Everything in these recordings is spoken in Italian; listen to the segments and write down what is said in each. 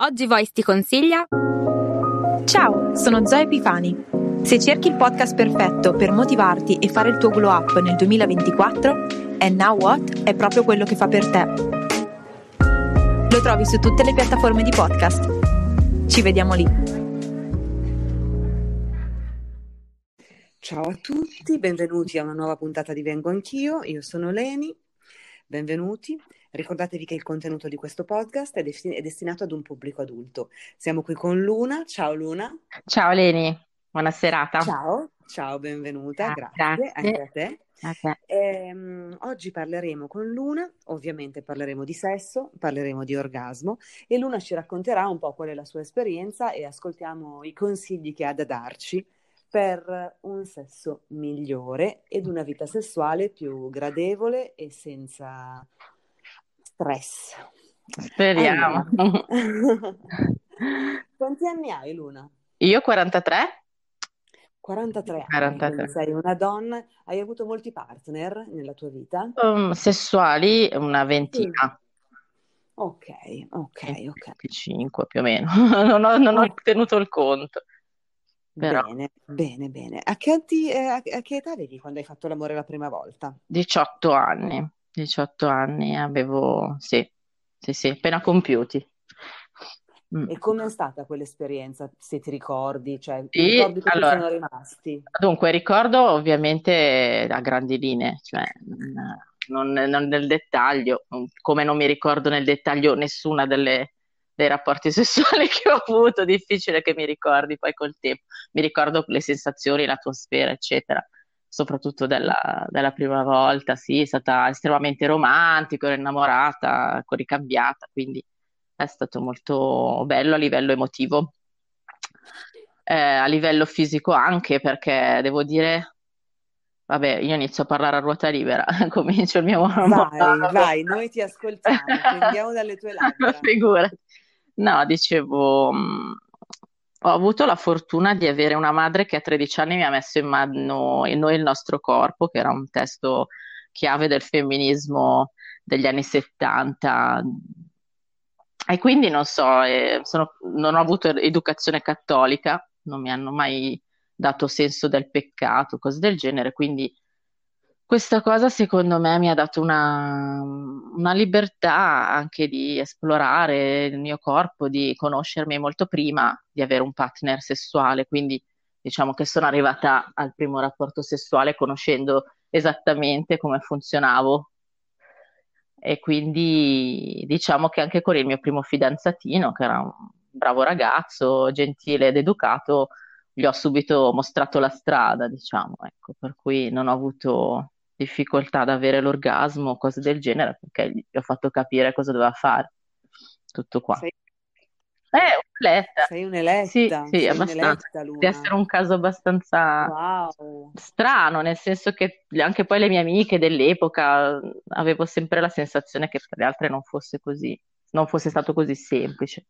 Oggi Voice ti consiglia. Ciao, sono Zoe Epifani. Se cerchi il podcast perfetto per motivarti e fare il tuo glow up nel 2024, And Now What è proprio quello che fa per te. Lo trovi su tutte le piattaforme di podcast. Ci vediamo lì. Ciao a tutti, benvenuti a una nuova puntata di Vengo Anch'io, io sono Leni, benvenuti. Ricordatevi che il contenuto di questo podcast è destinato ad un pubblico adulto. Siamo qui con Luna, ciao Luna. Ciao Leni, buona serata. Ciao, benvenuta, grazie Grazie. anche a te. A te. Oggi parleremo con Luna, ovviamente parleremo di sesso, parleremo di orgasmo e Luna ci racconterà un po' qual è la sua esperienza e ascoltiamo i consigli che ha da darci per un sesso migliore ed una vita sessuale più gradevole e senza stress. Speriamo. Allora. Quanti anni hai, Luna? Io 43. 43 anni, 43. quindi sei una donna. Hai avuto molti partner nella tua vita? Sessuali una ventina. Ok. 25 più o meno. Non ho tenuto il conto. Però Bene. A che età avevi quando hai fatto l'amore la prima volta? 18 anni. 18 anni avevo, sì, appena compiuti. E com'è stata quell'esperienza, se ti ricordi? Cioè, Sì, i ricordi che allora, ti sono rimasti? Dunque, ricordo ovviamente a grandi linee, cioè non nel dettaglio, come non mi ricordo nel dettaglio nessuna dei rapporti sessuali che ho avuto, difficile che mi ricordi poi col tempo. Mi ricordo le sensazioni, l'atmosfera, eccetera, soprattutto della prima volta, sì, è stata estremamente romantico, ero innamorata, ecco, ricambiata, quindi è stato molto bello a livello emotivo. A livello fisico anche, perché devo dire, vabbè, io inizio a parlare a ruota libera, comincio il mio monologo. Vai, noi ti ascoltiamo, prendiamo dalle tue labbra. Figurati. No, dicevo, ho avuto la fortuna di avere una madre che a 13 anni mi ha messo in mano Noi il nostro corpo, che era un testo chiave del femminismo degli anni 70. E quindi non so, non ho avuto educazione cattolica, non mi hanno mai dato senso del peccato, cose del genere, quindi questa cosa secondo me mi ha dato una libertà anche di esplorare il mio corpo, di conoscermi molto prima di avere un partner sessuale, quindi diciamo che sono arrivata al primo rapporto sessuale conoscendo esattamente come funzionavo. E quindi diciamo che anche con il mio primo fidanzatino, che era un bravo ragazzo, gentile ed educato, gli ho subito mostrato la strada, diciamo, ecco, per cui non ho avuto difficoltà ad avere l'orgasmo o cose del genere, perché gli ho fatto capire cosa doveva fare. Tutto qua. Un'eletta. Sei un'eletta, Sì, sei abbastanza. un'eletta, Luna. Di essere un caso abbastanza Wow. strano, nel senso che anche poi le mie amiche dell'epoca avevo sempre la sensazione che per le altre non fosse così, non fosse stato così semplice.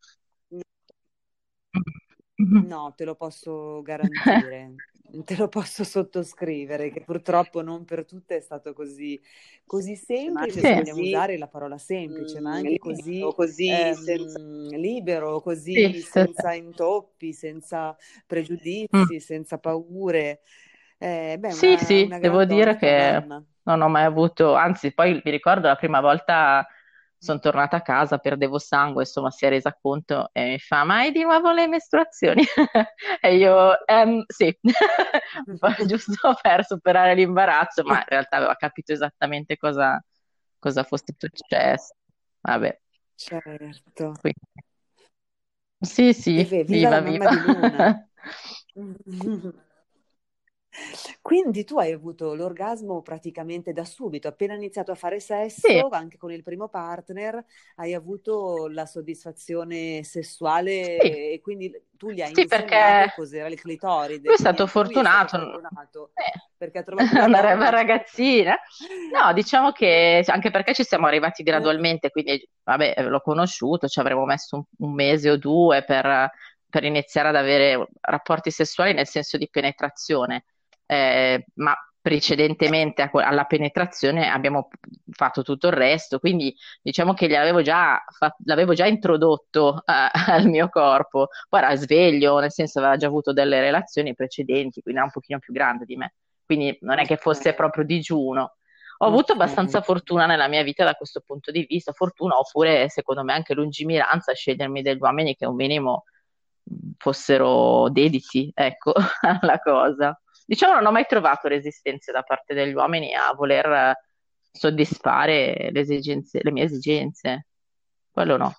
No, te lo posso garantire, te lo posso sottoscrivere, che purtroppo non per tutte è stato così semplice, Sì. se vogliamo usare la parola semplice, ma anche così libero, così Sì, senza intoppi, senza pregiudizi, senza paure. Sì, Una devo gran dire donna tua che mamma. non ho mai avuto, anzi, poi mi ricordo la prima volta sono tornata a casa, perdevo sangue, insomma, si è resa conto e mi fa: Ma hai di nuovo le mestruazioni? E io, sì, giusto per superare l'imbarazzo, ma in realtà aveva capito esattamente cosa fosse successo. Vabbè, Certo. quindi, sì, Viva la mamma di Luna. viva. Quindi tu hai avuto l'orgasmo praticamente da subito, appena iniziato a fare sesso, Sì. anche con il primo partner, hai avuto la soddisfazione sessuale Sì. e quindi tu gli hai Sì, insegnato perché cos'era il clitoride. lui è Quindi stato anche lui è stato fortunato. fortunato perché ha trovato una Una donna. ragazzina. No, diciamo che anche perché ci siamo arrivati gradualmente, quindi vabbè, l'ho conosciuto, ci avremmo messo un mese o due per iniziare ad avere rapporti sessuali nel senso di penetrazione. Ma precedentemente alla penetrazione abbiamo fatto tutto il resto, quindi diciamo che l'avevo già introdotto al mio corpo, poi era sveglio, nel senso aveva già avuto delle relazioni precedenti, quindi era un pochino più grande di me, quindi non è che fosse Ok, proprio digiuno. Ho avuto abbastanza ok. fortuna nella mia vita da questo punto di vista, fortuna oppure secondo me anche lungimiranza a scegliermi degli uomini che un minimo fossero dediti, ecco, alla cosa. Diciamo, non ho mai trovato resistenze da parte degli uomini a voler soddisfare le mie esigenze. Quello no.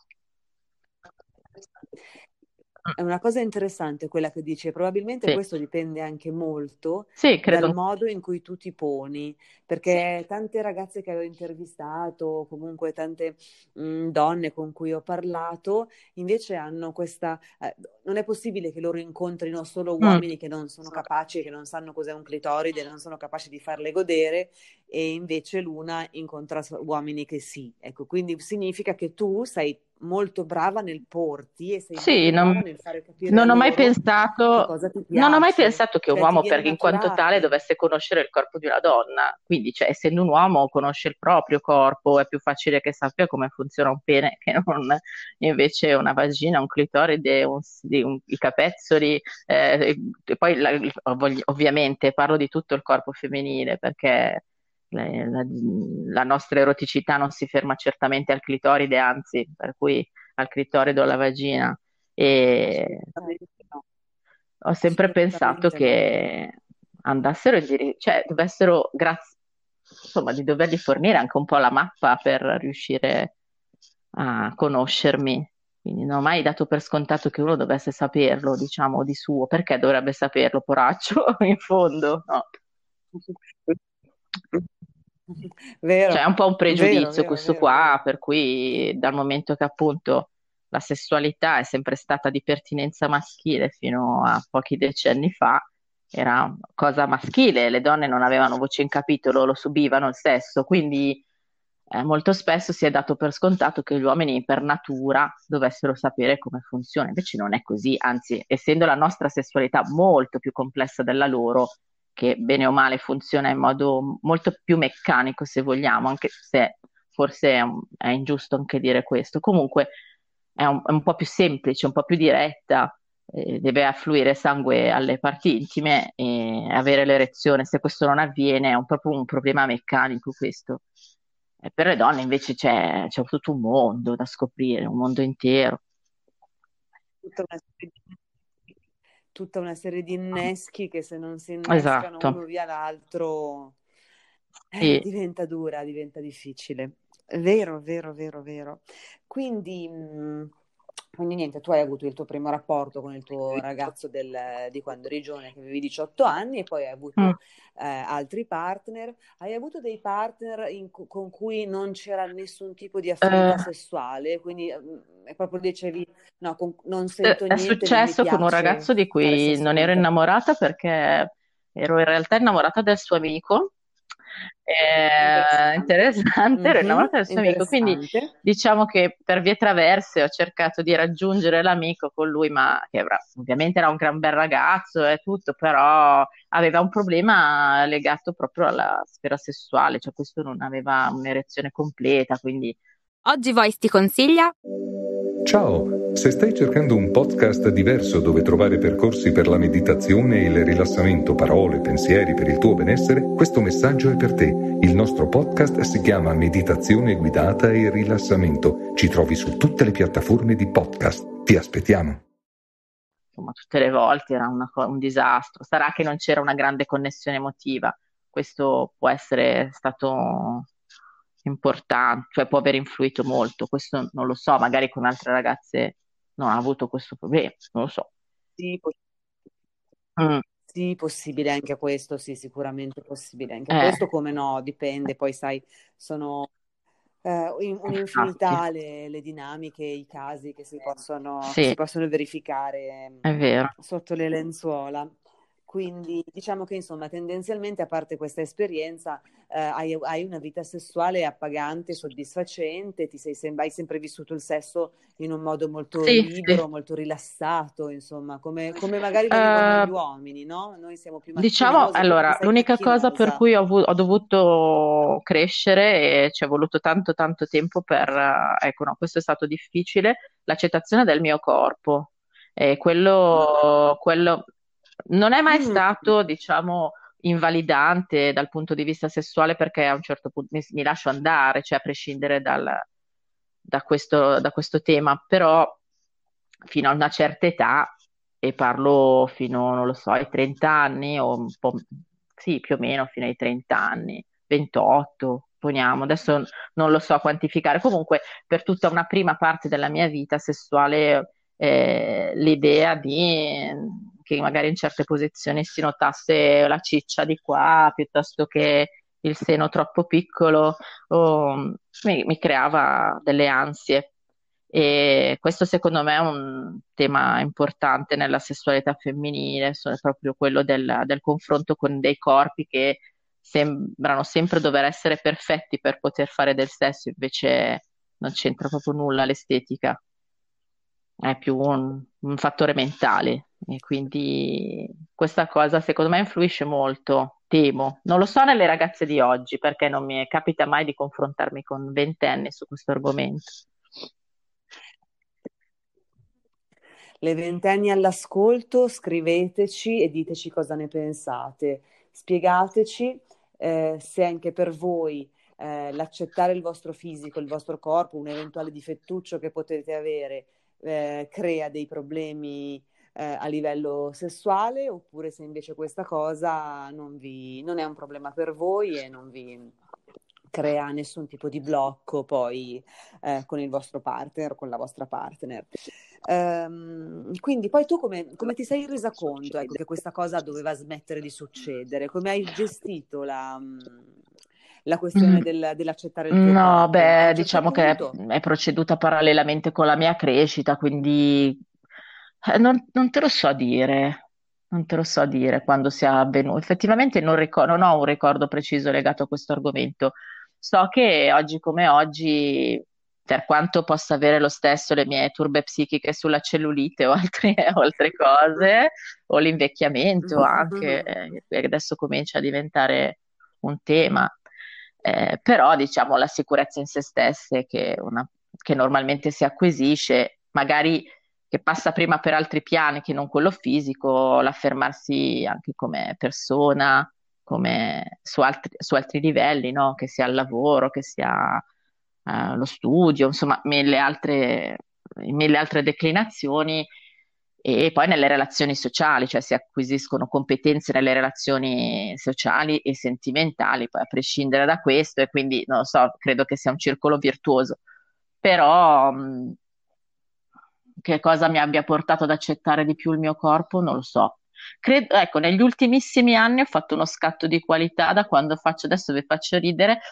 Mm, È una cosa interessante quella che dici, e probabilmente sì, questo dipende anche molto sì, dal credo. modo in cui tu ti poni, perché tante ragazze che ho intervistato, o comunque tante donne con cui ho parlato, invece hanno questa... non è possibile che loro incontrino solo Mm, uomini che non sono capaci, che non sanno cos'è un clitoride, non sono capaci di farle godere, e invece l'una incontra uomini che sì. Ecco, quindi significa che tu sei molto brava nel porti e sei sì, molto brava nel fare capire a non ho mai loro che pensato, cosa ti non ho mai piace, pensato che un cioè ti uomo, viene in quanto tale, naturale. dovesse conoscere il corpo di una donna. Quindi, cioè, essendo un uomo, conosce il proprio corpo, è più facile che sappia come funziona un pene che non invece una vagina, un clitoride, i capezzoli. E poi, ovviamente, parlo di tutto il corpo femminile, perché la, la- la nostra eroticità non si ferma certamente al clitoride, anzi, per cui al clitoride o alla vagina. E Assolutamente no. ho sempre pensato Assolutamente no. che andassero cioè dovessero, grazie, insomma, di dovergli fornire anche un po' la mappa per riuscire a conoscermi. Quindi non ho mai dato per scontato che uno dovesse saperlo, diciamo, di suo. Perché dovrebbe saperlo, poraccio, in fondo? No. Cioè, è Vero, un po' un vero, pregiudizio vero, questo vero, qua, vero. per cui dal momento che appunto la sessualità è sempre stata di pertinenza maschile fino a pochi decenni fa, era cosa maschile, le donne non avevano voce in capitolo, lo subivano il sesso, quindi molto spesso si è dato per scontato che gli uomini per natura dovessero sapere come funziona, invece non è così, anzi, essendo la nostra sessualità molto più complessa della loro, che bene o male funziona in modo molto più meccanico, se vogliamo, anche se forse è ingiusto anche dire questo. Comunque è un po' più semplice, un po' più diretta, deve affluire sangue alle parti intime e avere l'erezione. Se questo non avviene, è proprio un problema meccanico questo. Per le donne invece c'è tutto un mondo da scoprire, un mondo intero. Tutta una serie di, tutta una serie di inneschi che se non si innescano Esatto. uno via l'altro, Sì. diventa dura, diventa difficile. Vero, vero, vero, vero. Quindi, quindi niente, tu hai avuto il tuo primo rapporto con il tuo ragazzo di quando eri giovane, che avevi 18 anni, e poi hai Mm. avuto altri partner. Hai avuto dei partner con cui non c'era nessun tipo di Eh, affinità sessuale, quindi proprio dicevi, no, non sento è niente, non mi successo con un piace ragazzo di fare cui sesso non con ero te. innamorata perché ero in realtà innamorata del suo amico. Interessante, ero Mhm, innamorata del suo amico, quindi interessante. diciamo che per vie traverse ho cercato di raggiungere l'amico con lui, ma ovviamente era un gran bel ragazzo e tutto, però aveva un problema legato proprio alla sfera sessuale, cioè questo non aveva un'erezione completa, quindi Oggi Voice ti consiglia Ciao, se stai cercando un podcast diverso dove trovare percorsi per la meditazione e il rilassamento, parole, pensieri per il tuo benessere, questo messaggio è per te. Il nostro podcast si chiama Meditazione guidata e rilassamento. Ci trovi su tutte le piattaforme di podcast. Ti aspettiamo. insomma, tutte le volte era un disastro. Sarà che non c'era una grande connessione emotiva. Questo può essere stato importante, cioè può aver influito molto. Questo non lo so, magari con altre ragazze non ha avuto questo problema, non lo so. Sì, Mm, sì, possibile anche questo, sì, sicuramente possibile anche eh, questo, come no, dipende, poi sai, sono infatti, un'infinità le dinamiche, i casi che sì, si possono verificare è vero. sotto le lenzuola. Quindi diciamo che insomma tendenzialmente a parte questa esperienza hai una vita sessuale appagante, soddisfacente, hai sempre vissuto il sesso in un modo molto Sì, sì. libero, molto rilassato, insomma, come magari lo vivono Eh, gli uomini, no? Noi siamo più diciamo, macchinosi, tu invece allora, sei l'unica cosa per pecchinosa. cui ho dovuto crescere e ci è voluto tanto tanto tempo per, ecco, no, questo è stato difficile, l'accettazione del mio corpo. E quello non è mai Mm. stato, diciamo, invalidante dal punto di vista sessuale perché a un certo punto mi lascio andare, cioè a prescindere da questo tema, però fino a una certa età, e parlo fino, non lo so, ai 30 anni o un po', sì, più o meno fino ai 30 anni, 28, poniamo, adesso non lo so quantificare, comunque per tutta una prima parte della mia vita sessuale l'idea di che magari in certe posizioni si notasse la ciccia di qua piuttosto che il seno troppo piccolo o, mi creava delle ansie. E questo secondo me è un tema importante nella sessualità femminile, è proprio quello del confronto con dei corpi che sembrano sempre dover essere perfetti per poter fare del sesso, invece non c'entra proprio nulla l'estetica, è più un fattore mentale. E quindi questa cosa secondo me influisce molto, temo. Non lo so nelle ragazze di oggi, perché non mi capita mai di confrontarmi con ventenni su questo argomento. Le ventenni all'ascolto, scriveteci e diteci cosa ne pensate. Spiegateci se anche per voi l'accettare il vostro fisico, il vostro corpo, un eventuale difettuccio che potete avere, crea dei problemi a livello sessuale, oppure se invece questa cosa non è un problema per voi e non vi crea nessun tipo di blocco poi con il vostro partner o con la vostra partner. Quindi poi tu come ti sei resa conto, ecco, che questa cosa doveva smettere di succedere? Come hai gestito la questione Mm, dell'accettare il tuo No, corpo? A beh, un certo diciamo che punto. è proceduta parallelamente con la mia crescita, quindi non te lo so dire, non te lo so dire quando sia avvenuto. Effettivamente non ho un ricordo preciso legato a questo argomento. So che oggi come oggi, per quanto possa avere lo stesso le mie turbe psichiche sulla cellulite o o altre cose, o l'invecchiamento anche, che adesso comincia a diventare un tema. Però diciamo la sicurezza in se stesse che normalmente si acquisisce, magari che passa prima per altri piani che non quello fisico, l'affermarsi anche come persona, come su altri livelli, no? Che sia il lavoro, che sia lo studio, insomma, mille altre declinazioni. E poi nelle relazioni sociali, cioè si acquisiscono competenze nelle relazioni sociali e sentimentali, poi a prescindere da questo, e quindi non lo so, credo che sia un circolo virtuoso. Però che cosa mi abbia portato ad accettare di più il mio corpo, non lo so. Ecco, negli ultimissimi anni ho fatto uno scatto di qualità da quando adesso vi faccio ridere,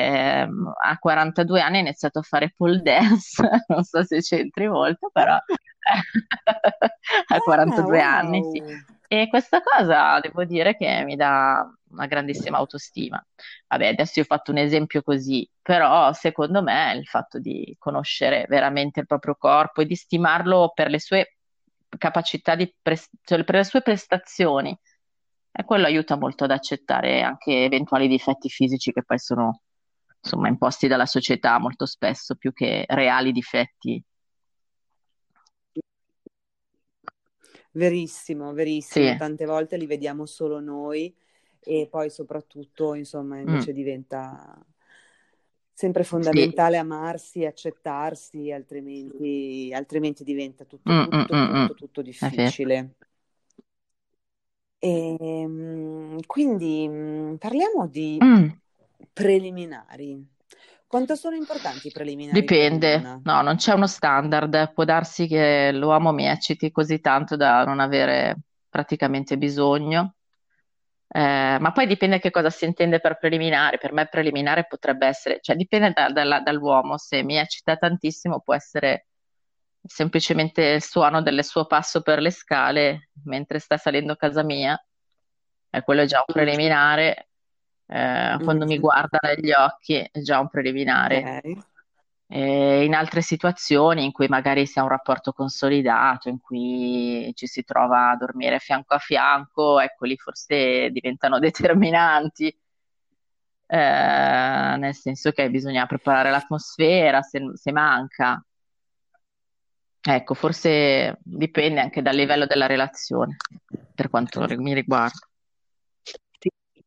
a 42 anni ho iniziato a fare pole dance, non so se c'entri molto, però a Ah, 42 anni, sì. wow! E questa cosa devo dire che mi dà una grandissima autostima. Vabbè, adesso io ho fatto un esempio così, però secondo me il fatto di conoscere veramente il proprio corpo e di stimarlo per le sue capacità cioè per le sue prestazioni, e quello aiuta molto ad accettare anche eventuali difetti fisici che poi sono, insomma, imposti dalla società molto spesso più che reali difetti. Verissimo, Sì, verissimo. Tante volte li vediamo solo noi e poi soprattutto, insomma, mm, invece diventa sempre sì, fondamentale amarsi, accettarsi, altrimenti diventa tutto, mm, mm, tutto, mm, mm. tutto, tutto È vero. difficile. Quindi parliamo di Mm. preliminari. Quanto sono importanti i preliminari per Dipende, Luna? no, non c'è uno standard. Può darsi che l'uomo mi ecciti così tanto da non avere praticamente bisogno. Ma poi dipende che cosa si intende per preliminare. Per me preliminare potrebbe essere, cioè dipende dall'uomo. Se mi eccita tantissimo può essere semplicemente il suono del suo passo per le scale mentre sta salendo a casa mia, quello è già un preliminare, quando mi Mhm. guarda negli occhi è già un preliminare. Ok. In altre situazioni in cui magari si ha un rapporto consolidato, in cui ci si trova a dormire fianco a fianco, ecco lì forse diventano determinanti, nel senso che bisogna preparare l'atmosfera se manca. Ecco, forse dipende anche dal livello della relazione, per quanto mi riguarda. Sì.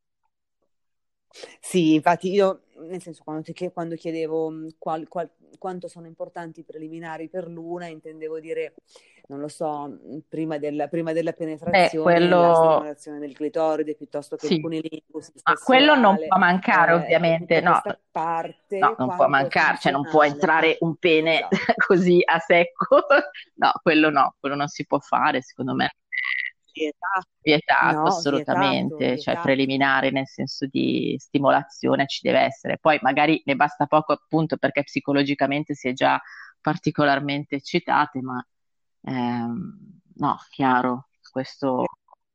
Sì, infatti io, nel senso, quando chiedevo quanto sono importanti i preliminari per l'una, intendevo dire, non lo so, prima della Beh, penetrazione, la quello stimolazione del clitoride piuttosto che il sì, cunilingus, il ma quello non sessuale, può mancare ecco, ovviamente, tutta no, questa no, parte, non può quanto è mancare, cioè non può funzionale. entrare un pene Esatto. così a secco, no, quello non si può fare, secondo me. Vietato. Vietato No, vietato, assolutamente, cioè vietato. preliminare nel senso di stimolazione ci deve essere. Poi magari ne basta poco appunto perché psicologicamente si è già particolarmente eccitate, ma no, chiaro, questo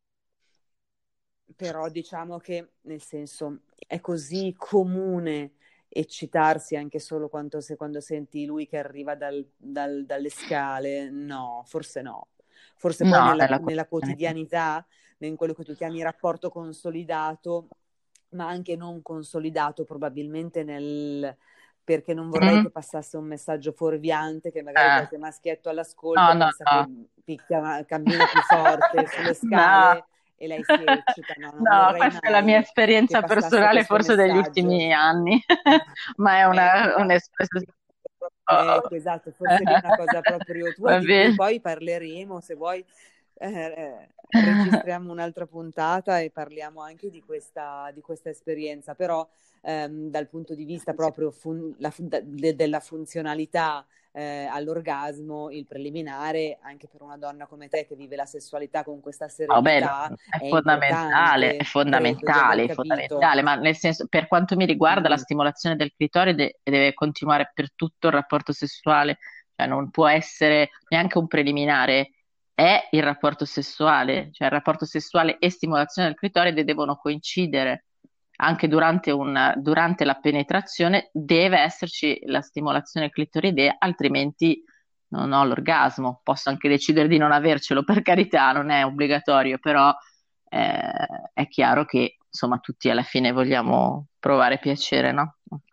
Però diciamo che, nel senso, è così comune eccitarsi anche solo quando senti lui che arriva dalle scale. No, forse no. Forse poi no, nella quotidianità, in quello che tu chiami rapporto consolidato, ma anche non consolidato, probabilmente perché non vorrei Mm, che passasse un messaggio fuorviante che magari eh, qualche maschietto no, all'ascolto no, pensa che no. cammina più forte sulle No, scale e lei si eccita. No, non no, vorrei questa è la mia mai che esperienza passasse personale questo forse degli messaggio. ultimi anni, ma è un'espressione. Oh, Ecco, esatto, forse lì è una cosa proprio tua va di cui bene. poi parleremo, se vuoi registriamo un'altra puntata e parliamo anche di questa esperienza, però dal punto di vista proprio della funzionalità all'orgasmo, il preliminare, anche per una donna come te che vive la sessualità con questa Oh, beh, serenità, è importante, credo di aver è capito. fondamentale, ma nel senso, per quanto mi riguarda, la Mm. stimolazione del clitoride deve continuare per tutto il rapporto sessuale, cioè non può essere neanche un preliminare, è il rapporto sessuale, cioè il rapporto sessuale e stimolazione del clitoride devono coincidere. Anche durante la penetrazione deve esserci la stimolazione clitoridea, altrimenti non ho l'orgasmo. Posso anche decidere di non avercelo, per carità, non è obbligatorio, però è chiaro che insomma tutti alla fine vogliamo provare piacere, no? Ecco.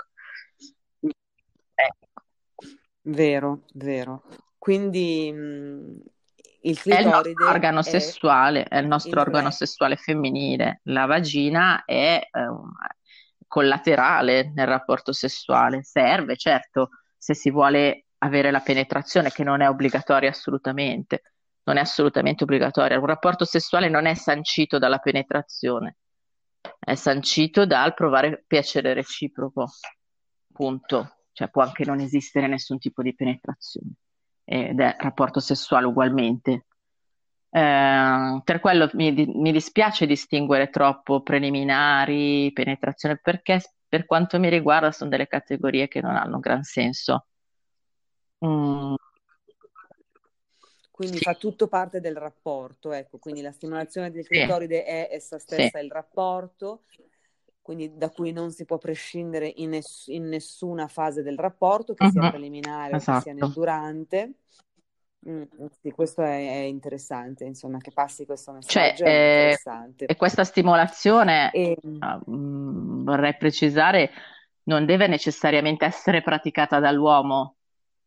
Ecco. Vero, vero. Quindi il È il nostro clitoride organo è sessuale, è il nostro il organo re. sessuale femminile. La vagina è collaterale nel rapporto sessuale. Serve, certo, se si vuole avere la penetrazione, che non è obbligatoria assolutamente. Non è assolutamente obbligatoria. Un rapporto sessuale non è sancito dalla penetrazione, è sancito dal provare piacere reciproco. Punto. Cioè può anche non esistere nessun tipo di penetrazione ed è rapporto sessuale ugualmente. Per quello mi dispiace distinguere troppo preliminari, penetrazione, perché per quanto mi riguarda sono delle categorie che non hanno gran senso. Mm, Quindi sì, fa tutto parte del rapporto, ecco, quindi la stimolazione del sì, clitoride è essa sì. stessa il rapporto, quindi da cui non si può prescindere in nessuna fase del rapporto, che sia Mhm, preliminare o che sia nel esatto. durante. Sì, questo è interessante, insomma, che passi questo Cioè, messaggio è interessante. e questa stimolazione, E, vorrei precisare, non deve necessariamente essere praticata dall'uomo.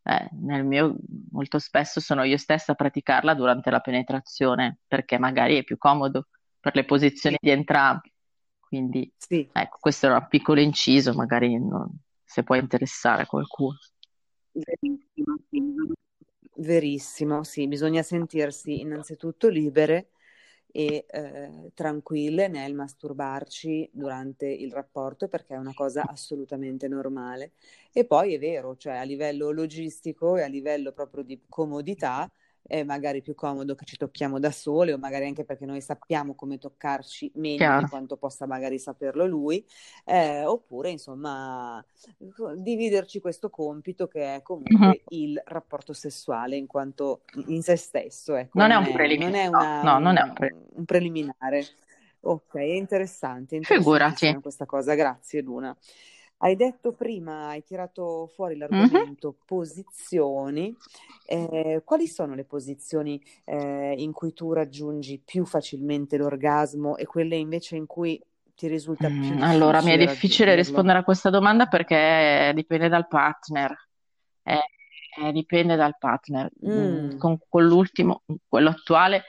Molto spesso sono io stessa a praticarla durante la penetrazione, perché magari è più comodo per le posizioni di entrambi. Quindi, sì, ecco, questo era un piccolo inciso, magari se può interessare a qualcuno. verissimo, sì. Verissimo, sì, bisogna sentirsi innanzitutto libere e tranquille nel masturbarci durante il rapporto perché è una cosa assolutamente normale. E poi è vero, cioè a livello logistico e a livello proprio di comodità è magari più comodo che ci tocchiamo da sole o magari anche perché noi sappiamo come toccarci meglio di Chiaro? quanto possa magari saperlo lui, oppure insomma dividerci questo compito che è Mhm. comunque il rapporto sessuale in quanto in se stesso, ecco, Non è non un è, non preliminare, è no, no, non è un preliminare. un preliminare. Ok, è Figurati. interessantissima questa cosa, grazie Luna. Hai detto prima, hai tirato fuori Mhm. l'argomento posizioni. Quali sono le posizioni in cui tu raggiungi più facilmente l'orgasmo e quelle invece in cui ti risulta più Allora, mi è difficile difficile raggiungerlo? rispondere a questa domanda perché dipende dal partner. Eh, dipende dal partner. Mm. Con l'ultimo, quello attuale,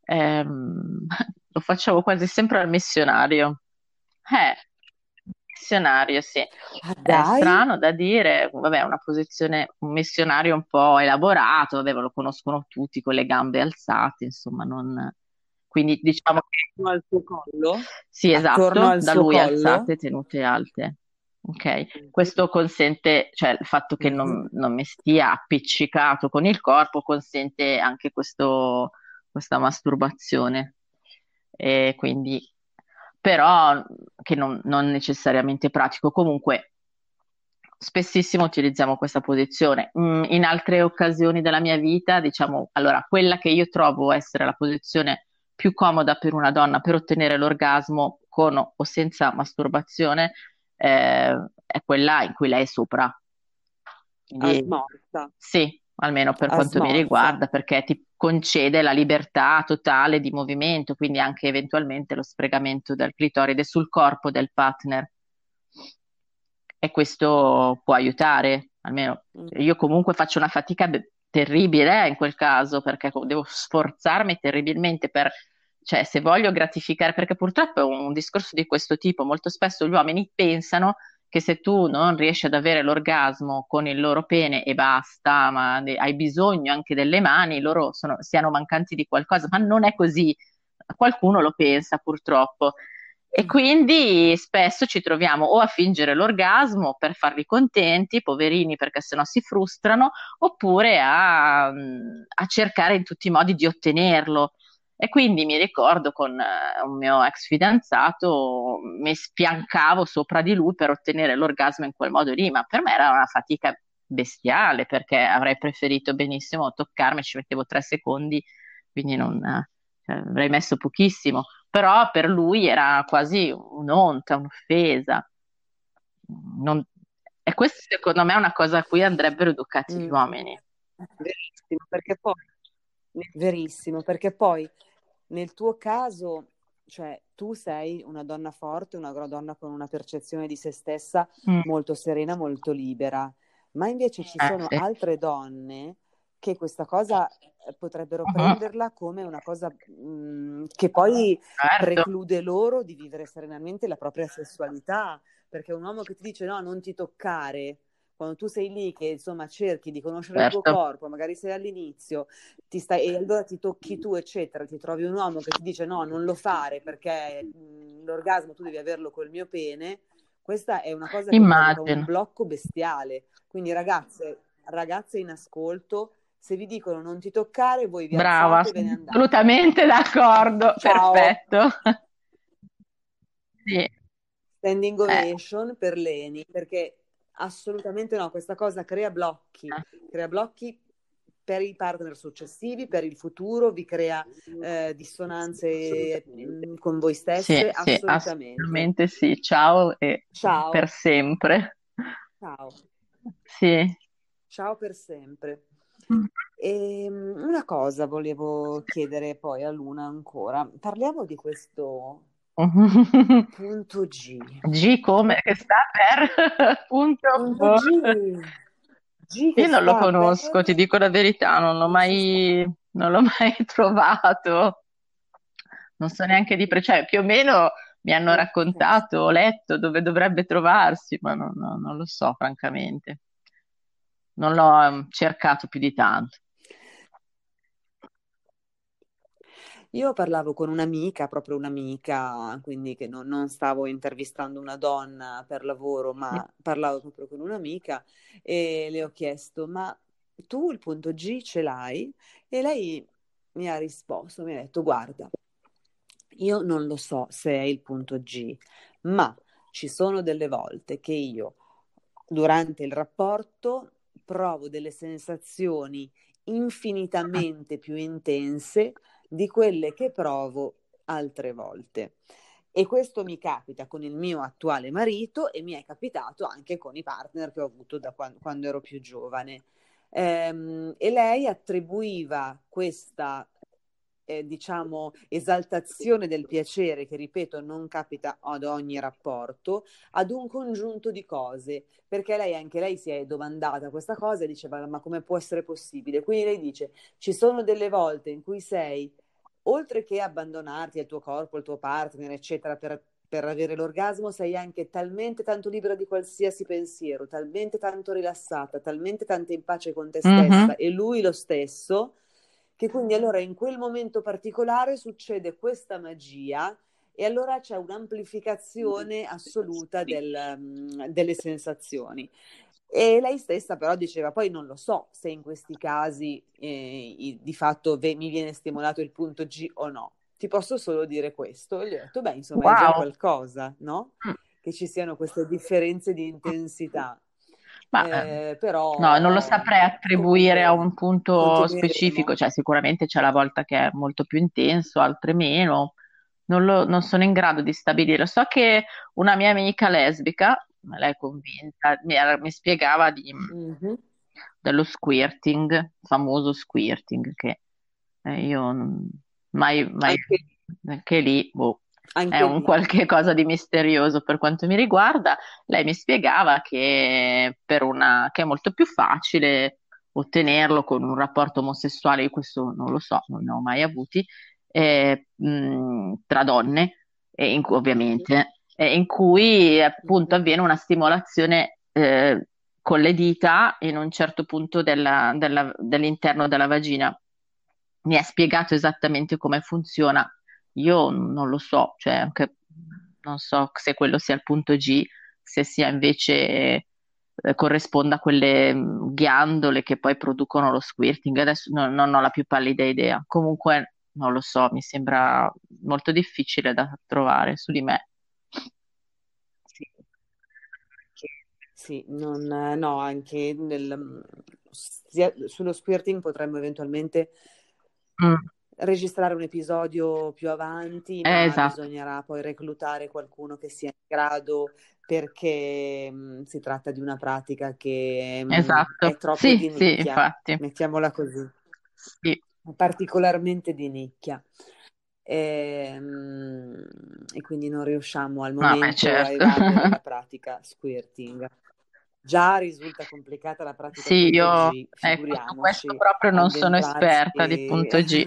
lo facevo quasi sempre al missionario. Eh, missionario, sì. Ah, È dai? strano da dire, vabbè, è una posizione, un missionario un po' elaborato, vabbè, lo conoscono tutti con le gambe alzate, insomma, non... Quindi diciamo che Attorno al suo collo? sì, Attorno esatto, al da suo lui alzate, collo? tenute alte. Ok, Mhm, questo consente, cioè il fatto che mhm. non mi stia appiccicato con il corpo consente anche questa masturbazione. E quindi, però, che non necessariamente pratico. Comunque, spessissimo utilizziamo questa posizione. In altre occasioni della mia vita, diciamo, allora, quella che io trovo essere la posizione più comoda per una donna per ottenere l'orgasmo con o senza masturbazione, è quella in cui lei è sopra. A Quindi smorza, sì, almeno per a quanto mi smorza. riguarda, perché ti concede la libertà totale di movimento, quindi anche eventualmente lo sfregamento del clitoride sul corpo del partner. E questo può aiutare, almeno io Mhm. comunque faccio una fatica terribile, in quel caso, perché devo sforzarmi terribilmente per, cioè se voglio gratificare, perché purtroppo è un discorso di questo tipo, molto spesso gli uomini pensano che se tu non riesci ad avere l'orgasmo con il loro pene e basta, ma hai bisogno anche delle mani, loro siano mancanti di qualcosa, ma non è così. Qualcuno lo pensa purtroppo. E quindi spesso ci troviamo o a fingere l'orgasmo per farli contenti, poverini, perché sennò si frustrano, oppure a cercare in tutti i modi di ottenerlo. E quindi mi ricordo con un mio ex fidanzato, mi spiancavo sopra di lui per ottenere l'orgasmo in quel modo lì, ma per me era una fatica bestiale perché avrei preferito benissimo toccarmi, ci mettevo 3 secondi, quindi non, cioè, avrei messo pochissimo, però per lui era quasi un'onta, un'offesa. Non- E questo secondo me è una cosa a cui andrebbero educati gli Mm. uomini. Verissimo, perché poi, verissimo, perché poi nel tuo caso, cioè tu sei una donna forte, una donna con una percezione di se stessa Mm. molto serena, molto libera, ma invece ci sono Sì. altre donne che questa cosa potrebbero Mhm. prenderla come una cosa che poi Certo, preclude loro di vivere serenamente la propria sessualità, perché un uomo che ti dice no, non ti toccare, quando tu sei lì che insomma cerchi di conoscere il tuo certo. corpo, magari sei all'inizio, ti stai, e allora ti tocchi tu, eccetera, ti trovi un uomo che ti dice no, non lo fare perché l'orgasmo tu devi averlo col mio pene, questa è una cosa che provoca un Immagino. blocco bestiale. Quindi ragazze in ascolto, se vi dicono non ti toccare, voi vi Brava, alzate e ve ne sono andate. assolutamente d'accordo. Ciao, Perfetto. Sì. standing Eh, ovation per Leni, perché assolutamente no, questa cosa crea blocchi per i partner successivi, per il futuro, vi crea dissonanze con voi sì, stesse, sì, assolutamente. assolutamente sì. Ciao e per Ciao, sempre. ciao, Sì. ciao per sempre. E una cosa volevo chiedere poi a Luna ancora. Parliamo di questo punto G. G come che sta per punto Punto boh. G. G che Io non lo sta conosco, ti per... dico la verità, Non si sa. non l'ho mai trovato. Non so neanche cioè più o meno mi hanno Ok. raccontato, ho letto dove dovrebbe trovarsi, ma non lo so, francamente. Non l'ho cercato più di tanto. Io parlavo con un'amica, proprio un'amica, quindi che non stavo intervistando una donna per lavoro, ma parlavo proprio con un'amica e le ho chiesto, ma tu il punto G ce l'hai? E lei mi ha risposto, mi ha detto, guarda, io non lo so se è il punto G, ma ci sono delle volte che io durante il rapporto provo delle sensazioni infinitamente più intense di quelle che provo altre volte. E questo mi capita con il mio attuale marito e mi è capitato anche con i partner che ho avuto da quando ero più giovane. E lei attribuiva questa, diciamo, esaltazione del piacere, che ripeto non capita ad ogni rapporto, ad un congiunto di cose, perché anche lei si è domandata questa cosa e diceva ma come può essere possibile? Quindi lei dice ci sono delle volte in cui sei, oltre che abbandonarti al tuo corpo, al tuo partner, eccetera, per avere l'orgasmo, sei anche talmente tanto libera di qualsiasi pensiero, talmente tanto rilassata, talmente tanto in pace con te stessa e lui lo stesso, che quindi allora in quel momento particolare succede questa magia e allora c'è un'amplificazione assoluta delle sensazioni. E lei stessa però diceva, poi non lo so se in questi casi di fatto mi viene stimolato il punto G o no. Ti posso solo dire questo. E gli ho detto, beh, insomma, è già Wow. qualcosa, no? Che ci siano queste differenze di intensità. Ma Però no, non lo saprei attribuire a comunque un punto specifico, continueremo. cioè sicuramente c'è la volta che è molto più intenso, altre meno, non sono in grado di stabilire. So che una mia amica lesbica, ma lei è convinta, mi spiegava Mhm. dello squirting, il famoso squirting, che io mai, Anche, anche lì, boh, è anche un lì. qualche cosa di misterioso per quanto mi riguarda. Lei mi spiegava che è molto più facile ottenerlo con un rapporto omosessuale, io questo non lo so, non ne ho mai avuti, tra donne, ovviamente, in cui appunto Mhm. avviene una stimolazione con le dita in un certo punto dell'interno della vagina. Mi ha spiegato esattamente come funziona. Io non lo so, cioè anche non so se quello sia il punto G, se sia invece corrisponda a quelle ghiandole che poi producono lo squirting. Adesso non ho la più pallida idea. Comunque non lo so, mi sembra molto difficile da trovare su di me. Sì, no, anche sullo squirting potremmo eventualmente Mm, registrare un episodio più avanti, ma esatto, bisognerà poi reclutare qualcuno che sia in grado, perché si tratta di una pratica che è esatto. troppo Sì, di sì, nicchia, infatti. mettiamola così, Sì. particolarmente di nicchia. E quindi non riusciamo al No, beh, momento a certo. evolvere la pratica squirting. Già risulta complicata la pratica Sì, punto io G, ecco, su questo figuriamoci proprio non sono addentrarsi. esperta di punto G.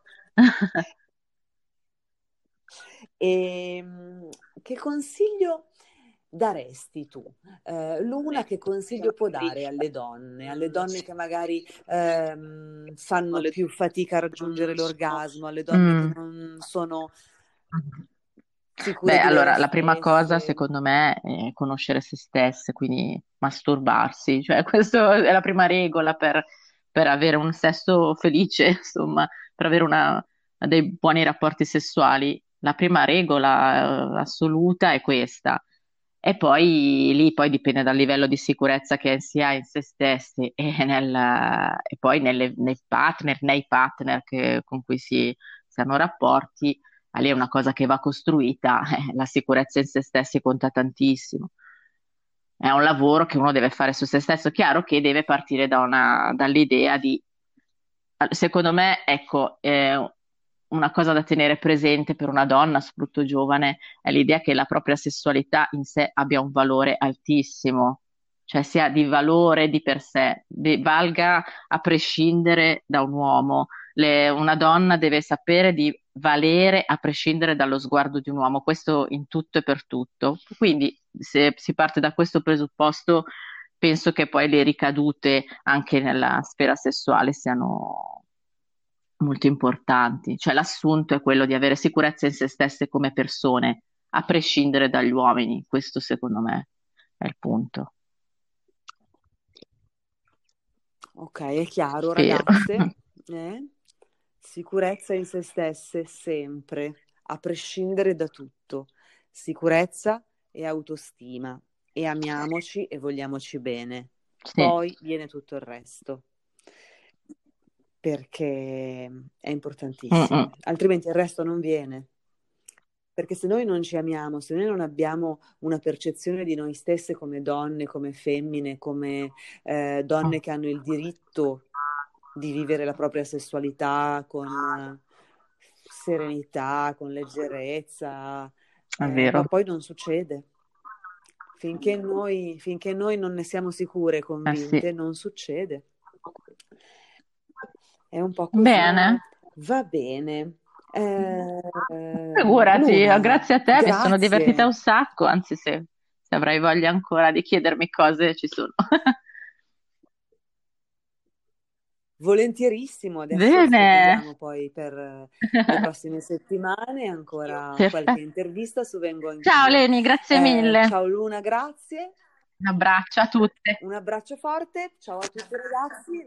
E, che consiglio daresti tu? Luna, che consiglio può dare alle donne che magari fanno più fatica a raggiungere l'orgasmo, alle donne che Mm. non sono sicure Beh, di loro allora, la prima cosa stesse? secondo me è conoscere se stesse, quindi masturbarsi, cioè questa è la prima regola per avere un sesso felice, insomma, per avere dei buoni rapporti sessuali. La prima regola, assoluta è questa. E poi lì poi dipende dal livello di sicurezza che si ha in se stessi e poi nei partner con cui si hanno rapporti, lì è una cosa che va costruita, la sicurezza in se stessi conta tantissimo. È un lavoro che uno deve fare su se stesso. Chiaro che deve partire dall'idea di, secondo me, ecco, una cosa da tenere presente per una donna, soprattutto giovane, è l'idea che la propria sessualità in sé abbia un valore altissimo, cioè sia di valore di per sé, valga a prescindere da un uomo. Una donna deve sapere di valere a prescindere dallo sguardo di un uomo, questo in tutto e per tutto. Quindi, se si parte da questo presupposto, penso che poi le ricadute anche nella sfera sessuale siano molto importanti. Cioè, l'assunto è quello di avere sicurezza in se stesse come persone, a prescindere dagli uomini. Questo, secondo me, è il punto. Ok, è chiaro, Spero. ragazze. Eh? Sicurezza in se stesse sempre, a prescindere da tutto. Sicurezza e autostima. E amiamoci e vogliamoci bene. Sì. Poi viene tutto il resto, perché è Mm-mm. importantissimo. Altrimenti il resto non viene. Perché se noi non ci amiamo, se noi non abbiamo una percezione di noi stesse come donne, come femmine, come donne che hanno il diritto di vivere la propria sessualità con serenità, con leggerezza, È vero. poi non succede. Finché noi non ne siamo sicure e Sì. convinte, non succede. È un po' così. Bene. Va bene. Figurati, Luna, grazie a te, mi sono divertita grazie. un sacco, anzi se avrai voglia ancora di chiedermi cose ci sono. Volentierissimo, adesso Bene, strateggiamo poi per le prossime settimane ancora qualche perfetto. intervista su Vengo Ciao Anch'io. Leni, grazie mille. Ciao Luna, grazie. Un abbraccio a tutte. Un abbraccio forte, ciao a tutti ragazzi.